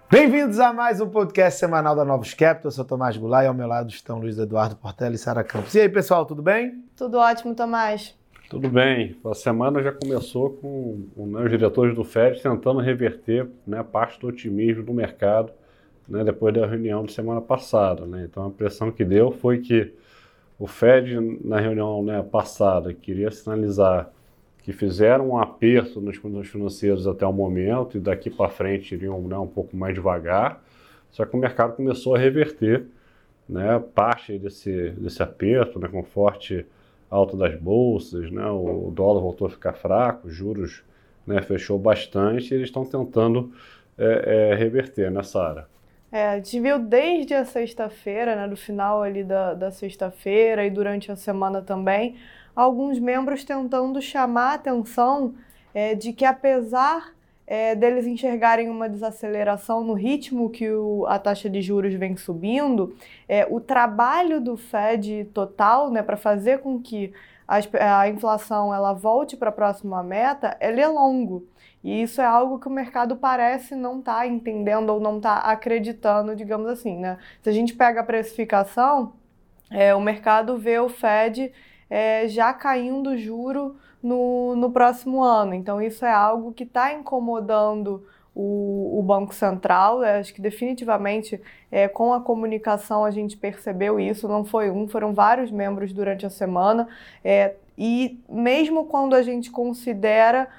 Bem-vindos a mais um podcast semanal da Novos Capital. Eu sou Tomás Goulart e ao meu lado estão Luiz Eduardo Portela e Sara Campos. E aí, pessoal, tudo bem? Tudo ótimo, Tomás. Tudo bem. A semana já começou com os diretores do FED tentando reverter parte do otimismo do mercado depois da reunião de semana passada. Então, a impressão que deu foi que o FED, na reunião passada, queria sinalizar que fizeram um aperto nas condições financeiras até o momento e daqui para frente iriam um pouco mais devagar, só que o mercado começou a reverter parte desse aperto, com forte alta das bolsas, o dólar voltou a ficar fraco, os juros fechou bastante e eles estão tentando reverter, Sara? A gente viu desde a sexta-feira, do final ali da sexta-feira e durante a semana também, alguns membros tentando chamar a atenção de que apesar deles enxergarem uma desaceleração no ritmo que a taxa de juros vem subindo, o trabalho do FED total, para fazer com que a inflação ela volte para a próxima meta, ele é longo. E isso é algo que o mercado parece não estar entendendo ou não estar acreditando, digamos assim. Se a gente pega a precificação, o mercado vê o FED já caindo o juro no próximo ano. Então, isso é algo que está incomodando o Banco Central. Acho que definitivamente com a comunicação a gente percebeu isso. Não foi foram vários membros durante a semana. E mesmo quando a gente considera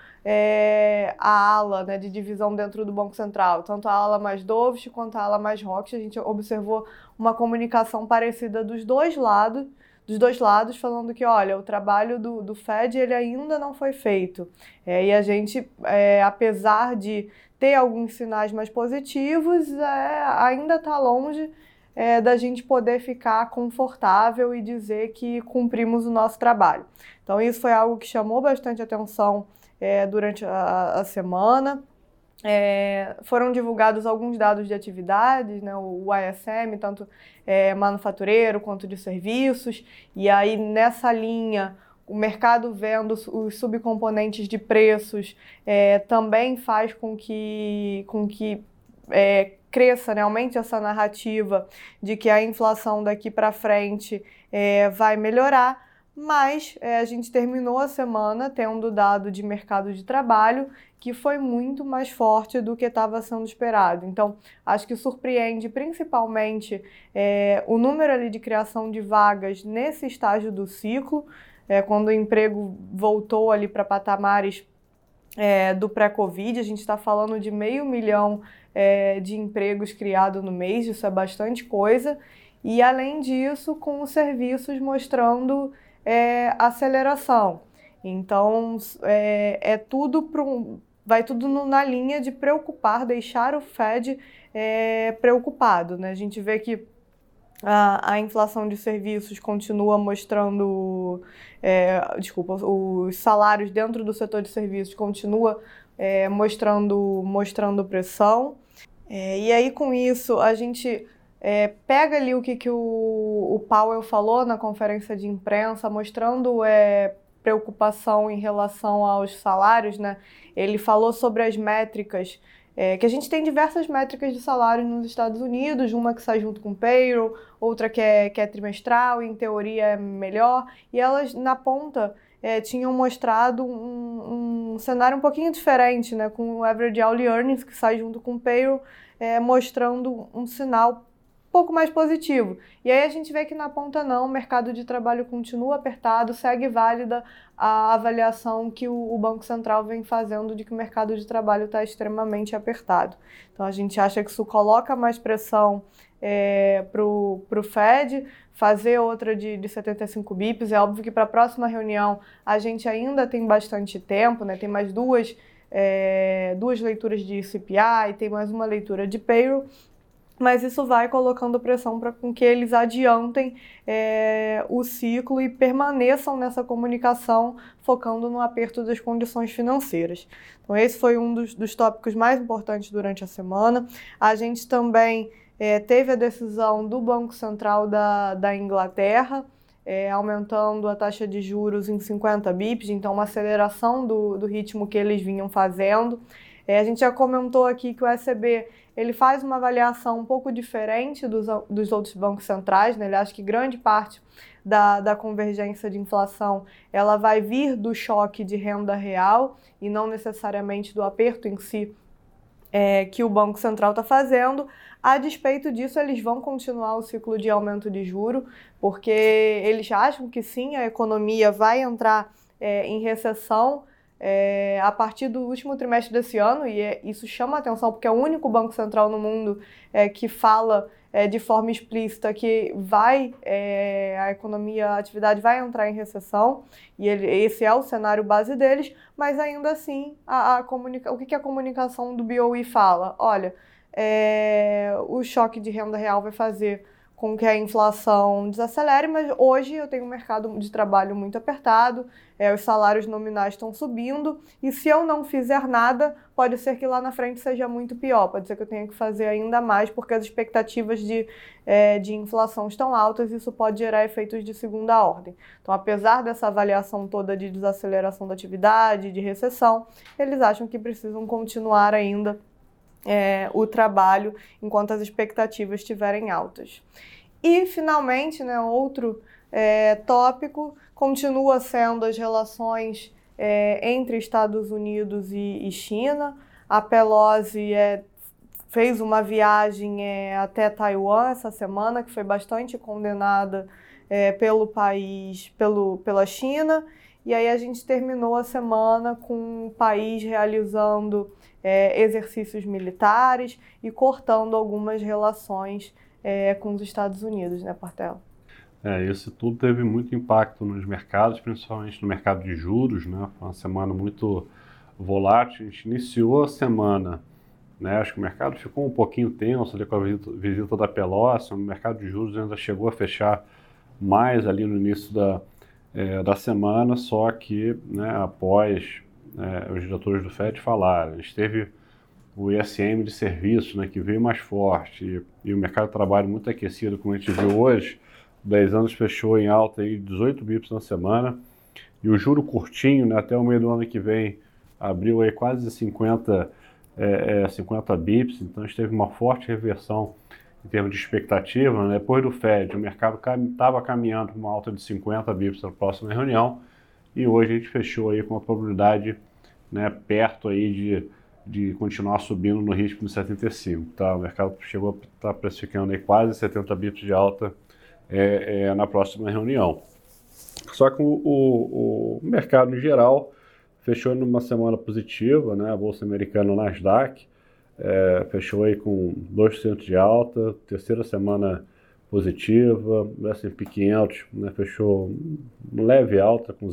a ala de divisão dentro do Banco Central, tanto a ala mais dovish quanto a ala mais hawkish, a gente observou uma comunicação parecida dos dois lados, falando que, olha, o trabalho do FED ele ainda não foi feito. E a gente, apesar de ter alguns sinais mais positivos, ainda está longe da gente poder ficar confortável e dizer que cumprimos o nosso trabalho. Então, isso foi algo que chamou bastante atenção durante a semana. Foram divulgados alguns dados de atividades, o ISM, tanto manufatureiro quanto de serviços, e aí nessa linha o mercado vendo os subcomponentes de preços também faz com que cresça, aumente essa narrativa de que a inflação daqui para frente vai melhorar. Mas a gente terminou a semana tendo dado de mercado de trabalho que foi muito mais forte do que estava sendo esperado. Então, acho que surpreende principalmente o número ali de criação de vagas nesse estágio do ciclo, quando o emprego voltou ali para patamares do pré-Covid. A gente está falando de 500 mil de empregos criados no mês, isso é bastante coisa. E, além disso, com os serviços mostrando aceleração. Então, vai tudo na linha de preocupar, deixar o FED preocupado. A gente vê que a inflação de serviços continua mostrando, os salários dentro do setor de serviços continua mostrando pressão. E aí, com isso, a gente pega ali o que o Powell falou na conferência de imprensa, mostrando preocupação em relação aos salários. Ele falou sobre as métricas, que a gente tem diversas métricas de salário nos Estados Unidos, uma que sai junto com o payroll, outra que é trimestral, em teoria é melhor, e elas na ponta tinham mostrado um cenário um pouquinho diferente, com o Average Hourly Earnings, que sai junto com o payroll, mostrando um sinal um pouco mais positivo. E aí a gente vê que na ponta não, o mercado de trabalho continua apertado, segue válida a avaliação que o Banco Central vem fazendo de que o mercado de trabalho está extremamente apertado. Então a gente acha que isso coloca mais pressão para o FED, fazer outra de 75 bips. É óbvio que para a próxima reunião a gente ainda tem bastante tempo, tem mais duas leituras de CPI, tem mais uma leitura de payroll, mas isso vai colocando pressão para que eles adiantem o ciclo e permaneçam nessa comunicação, focando no aperto das condições financeiras. Então, esse foi um dos tópicos mais importantes durante a semana. A gente também teve a decisão do Banco Central da Inglaterra, aumentando a taxa de juros em 50 bips, então uma aceleração do ritmo que eles vinham fazendo. A gente já comentou aqui que o ECB ele faz uma avaliação um pouco diferente dos outros bancos centrais, né? Ele acha que grande parte da convergência de inflação ela vai vir do choque de renda real e não necessariamente do aperto em si que o Banco Central está fazendo. A despeito disso, eles vão continuar o ciclo de aumento de juro, porque eles acham que sim, a economia vai entrar em recessão a partir do último trimestre desse ano, e isso chama a atenção porque é o único banco central no mundo que fala de forma explícita que a economia, a atividade vai entrar em recessão, e esse é o cenário base deles, mas ainda assim, o que a comunicação do BOE fala? Olha, o choque de renda real vai fazer com que a inflação desacelere, mas hoje eu tenho um mercado de trabalho muito apertado, os salários nominais estão subindo, e se eu não fizer nada, pode ser que lá na frente seja muito pior, pode ser que eu tenha que fazer ainda mais, porque as expectativas de inflação estão altas, e isso pode gerar efeitos de segunda ordem. Então, apesar dessa avaliação toda de desaceleração da atividade, de recessão, eles acham que precisam continuar ainda o trabalho enquanto as expectativas estiverem altas. E, finalmente, outro tópico continua sendo as relações entre Estados Unidos e China. A Pelosi fez uma viagem até Taiwan essa semana, que foi bastante condenada pelo país, pela China. E aí a gente terminou a semana com o país realizando exercícios militares e cortando algumas relações com os Estados Unidos, né, Portela? Isso tudo teve muito impacto nos mercados, principalmente no mercado de juros, né? Foi uma semana muito volátil. A gente iniciou a semana, né? Acho que o mercado ficou um pouquinho tenso ali com a visita da Pelosi. O mercado de juros ainda chegou a fechar mais ali no início da semana, só que, né, após os diretores do FED falaram, a gente teve o ISM de serviços, né, que veio mais forte, e o mercado de trabalho muito aquecido, como a gente viu hoje. 10 anos fechou em alta aí 18 bips na semana, e o juro curtinho, né, até o meio do ano que vem abriu aí quase 50 bips, então a gente teve uma forte reversão em termos de expectativa, né? Depois do FED, o mercado estava caminhando para uma alta de 50 bips na próxima reunião, e hoje a gente fechou aí com a probabilidade, né, perto aí de continuar subindo no ritmo de 75, tá? O mercado chegou a estar precificando aí quase 70 bips de alta na próxima reunião. Só que o mercado em geral fechou numa semana positiva, né? A Bolsa Americana, o Nasdaq, fechou aí com 2% de alta, terceira semana positiva. O S&P 500, né, fechou leve alta com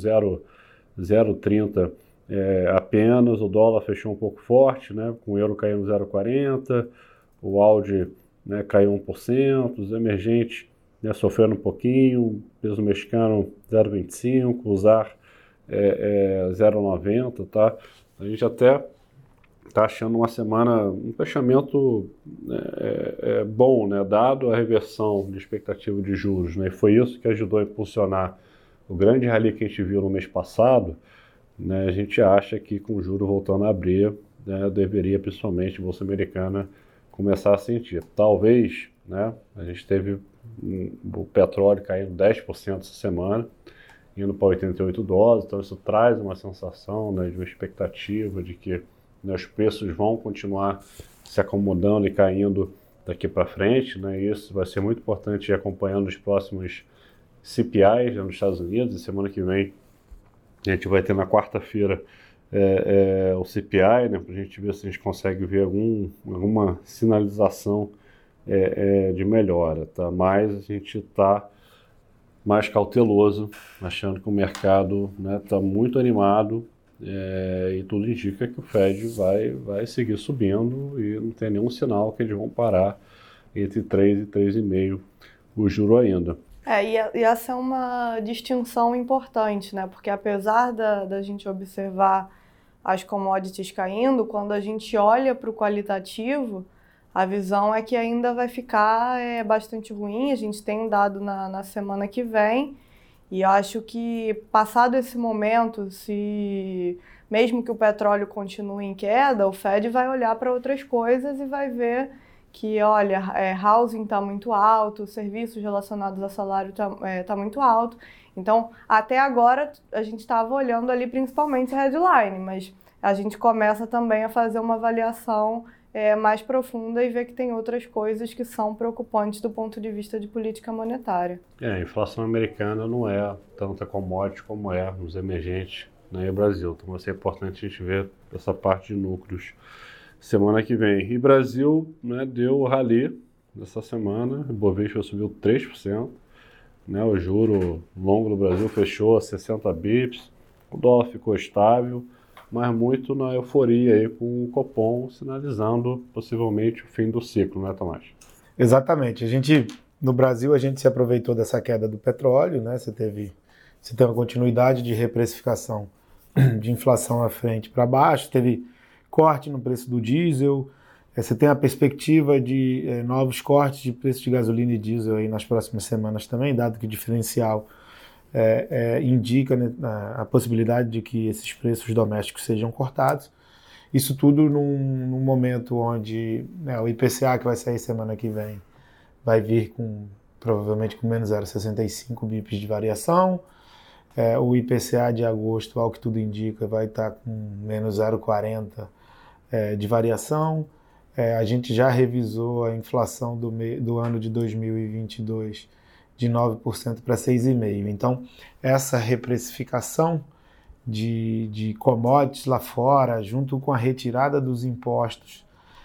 0,30 apenas. O dólar fechou um pouco forte, né, com o euro caindo 0,40, o AUD, né, caiu 1%, os emergentes, né, sofrendo um pouquinho, peso mexicano 0,25, o ZAR 0,90, tá? A gente até está achando uma semana, um fechamento bom, né, dado a reversão de expectativa de juros, né, e foi isso que ajudou a impulsionar o grande rally que a gente viu no mês passado, né. A gente acha que com o juro voltando a abrir, né, deveria principalmente a Bolsa Americana começar a sentir. Talvez, né, a gente teve o petróleo caindo 10% essa semana, indo para 88 dólares, então isso traz uma sensação, né, de uma expectativa de que, né, os preços vão continuar se acomodando e caindo daqui para frente, né? Isso vai ser muito importante ir acompanhando os próximos CPIs, né, nos Estados Unidos. E semana que vem a gente vai ter na quarta-feira o CPI, né, para a gente ver se a gente consegue ver alguma sinalização de melhora, tá? Mas a gente está mais cauteloso, achando que o mercado está muito animado, e tudo indica que o Fed vai seguir subindo e não tem nenhum sinal que eles vão parar entre 3 e 3,5 o juro ainda. E essa é uma distinção importante, né? Porque apesar da gente observar as commodities caindo, quando a gente olha para o qualitativo, a visão é que ainda vai ficar bastante ruim. A gente tem um dado na semana que vem E eu acho que, passado esse momento, se mesmo que o petróleo continue em queda, o Fed vai olhar para outras coisas e vai ver que, olha, housing está muito alto, serviços relacionados a salário tá muito alto. Então, até agora, a gente estava olhando ali principalmente a headline, mas a gente começa também a fazer uma avaliação mais profunda e ver que tem outras coisas que são preocupantes do ponto de vista de política monetária. A inflação americana não é tanta commodity como é nos emergentes, né, e Brasil. Então vai ser importante a gente ver essa parte de núcleos semana que vem. E Brasil, né, deu o rally nessa semana, o Bovespa subiu 3%, né, o juro longo do Brasil fechou a 60 bips, o dólar ficou estável, mas muito na euforia aí com o Copom sinalizando possivelmente o fim do ciclo, né, Tomás? Exatamente. No Brasil, a gente se aproveitou dessa queda do petróleo, né? Você teve uma continuidade de reprecificação de inflação à frente para baixo, teve corte no preço do diesel, você tem a perspectiva de novos cortes de preço de gasolina e diesel aí nas próximas semanas também, dado que o diferencial indica, né, a possibilidade de que esses preços domésticos sejam cortados. Isso tudo num momento onde, né, o IPCA, que vai sair semana que vem, vai vir provavelmente com menos 0,65 bips de variação. O IPCA de agosto, ao que tudo indica, vai estar com menos 0,40 de variação. A gente já revisou a inflação do ano de 2022 de 9% para 6,5%. Então, essa reprecificação de commodities lá fora, junto com a retirada dos impostos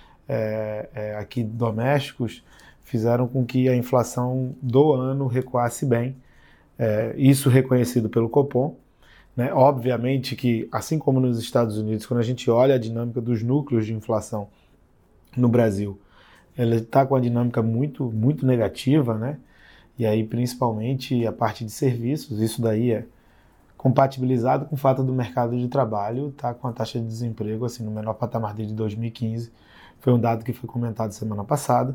aqui domésticos, fizeram com que a inflação do ano recuasse bem. Isso reconhecido pelo Copom, né? Obviamente que, assim como nos Estados Unidos, quando a gente olha a dinâmica dos núcleos de inflação no Brasil, ela está com a dinâmica muito, muito negativa, né? E aí, principalmente, a parte de serviços, isso daí é compatibilizado com o fato do mercado de trabalho estar com a taxa de desemprego assim, no menor patamar desde 2015. Foi um dado que foi comentado semana passada.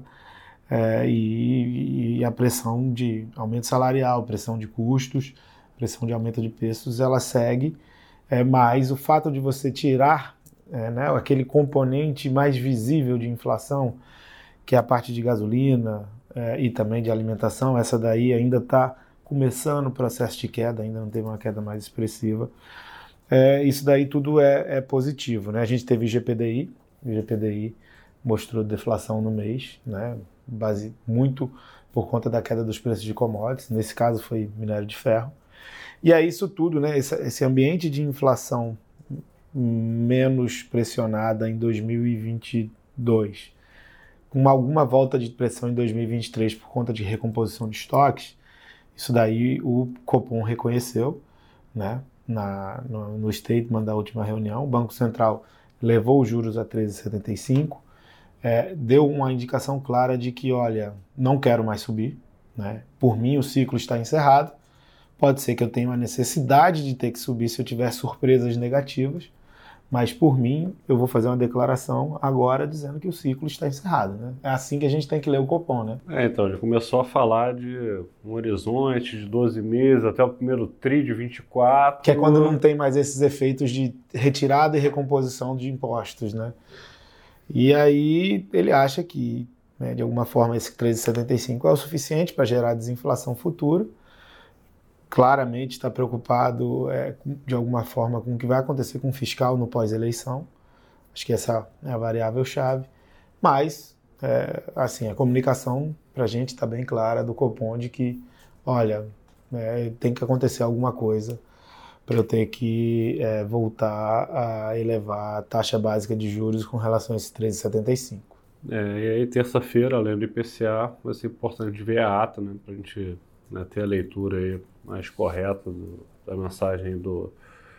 E a pressão de aumento salarial, pressão de custos, pressão de aumento de preços, ela segue, mas o fato de você tirar né, aquele componente mais visível de inflação, que é a parte de gasolina e também de alimentação, essa daí ainda está começando o processo de queda, ainda não teve uma queda mais expressiva. Isso daí tudo é positivo, né? A gente teve o GPDI mostrou deflação no mês, né? Muito por conta da queda dos preços de commodities, nesse caso foi minério de ferro. E aí isso tudo, né, esse ambiente de inflação menos pressionada em 2022, com alguma volta de pressão em 2023 por conta de recomposição de estoques, isso daí o Copom reconheceu, né, no statement da última reunião. O Banco Central levou os juros a 13,75, deu uma indicação clara de que, olha, não quero mais subir, né? Por mim o ciclo está encerrado, pode ser que eu tenha uma necessidade de ter que subir se eu tiver surpresas negativas, mas por mim eu vou fazer uma declaração agora dizendo que o ciclo está encerrado, né? É assim que a gente tem que ler o Copom, né? Então, já começou a falar de um horizonte de 12 meses até o primeiro TRI de 24. Que é quando não tem mais esses efeitos de retirada e recomposição de impostos, né? E aí ele acha que, né, de alguma forma, esse 13,75 é o suficiente para gerar desinflação futura. Claramente está preocupado, de alguma forma, com o que vai acontecer com o fiscal no pós-eleição. Acho que essa é a variável-chave. Mas, assim, a comunicação para a gente está bem clara do Copom de que, olha, tem que acontecer alguma coisa para eu ter que voltar a elevar a taxa básica de juros com relação a esse 13,75. E aí, terça-feira, além do IPCA, vai ser importante ver a ata, né, para a gente, né, ter a leitura aí mais correta da mensagem do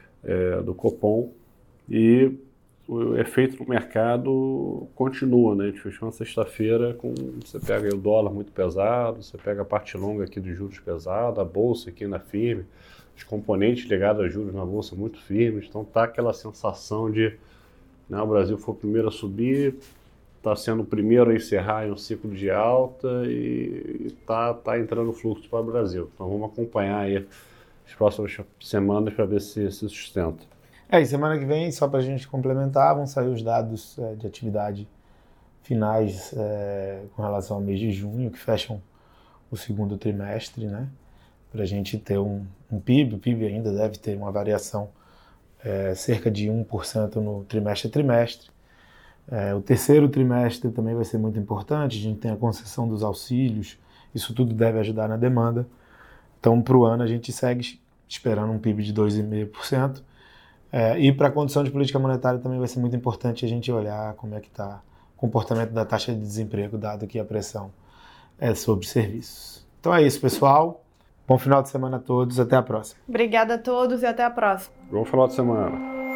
Copom. E o efeito no mercado continua, né? A gente fechou na sexta-feira você pega aí o dólar muito pesado, você pega a parte longa aqui dos juros pesado, a bolsa aqui ainda firme, os componentes ligados a juros na bolsa muito firmes, então tá aquela sensação de, né, o Brasil foi o primeiro a subir, está sendo o primeiro a encerrar em um ciclo de alta e está entrando fluxo para o Brasil. Então vamos acompanhar aí as próximas semanas para ver se sustenta. E semana que vem, só para a gente complementar, vão sair os dados de atividade finais com relação ao mês de junho, que fecham o segundo trimestre, né? Para a gente ter um PIB. O PIB ainda deve ter uma variação cerca de 1% no trimestre a trimestre. O terceiro trimestre também vai ser muito importante, a gente tem a concessão dos auxílios, isso tudo deve ajudar na demanda. Então, para o ano, a gente segue esperando um PIB de 2,5%. E para a condição de política monetária também vai ser muito importante a gente olhar como é que está o comportamento da taxa de desemprego, dado que a pressão é sobre serviços. Então é isso, pessoal. Bom final de semana a todos. Até a próxima. Obrigada a todos e até a próxima. Bom final de semana.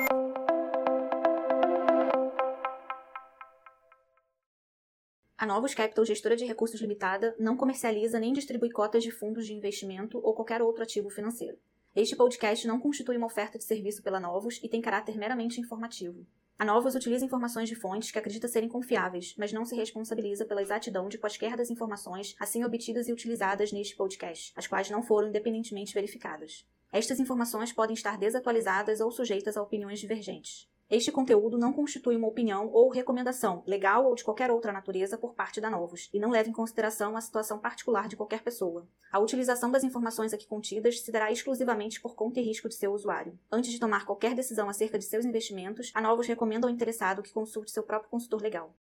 A Novos Capital Gestora de Recursos Limitada não comercializa nem distribui cotas de fundos de investimento ou qualquer outro ativo financeiro. Este podcast não constitui uma oferta de serviço pela Novos e tem caráter meramente informativo. A Novos utiliza informações de fontes que acredita serem confiáveis, mas não se responsabiliza pela exatidão de quaisquer das informações assim obtidas e utilizadas neste podcast, as quais não foram independentemente verificadas. Estas informações podem estar desatualizadas ou sujeitas a opiniões divergentes. Este conteúdo não constitui uma opinião ou recomendação, legal ou de qualquer outra natureza, por parte da Novos, e não leva em consideração a situação particular de qualquer pessoa. A utilização das informações aqui contidas se dará exclusivamente por conta e risco de seu usuário. Antes de tomar qualquer decisão acerca de seus investimentos, a Novos recomenda ao interessado que consulte seu próprio consultor legal.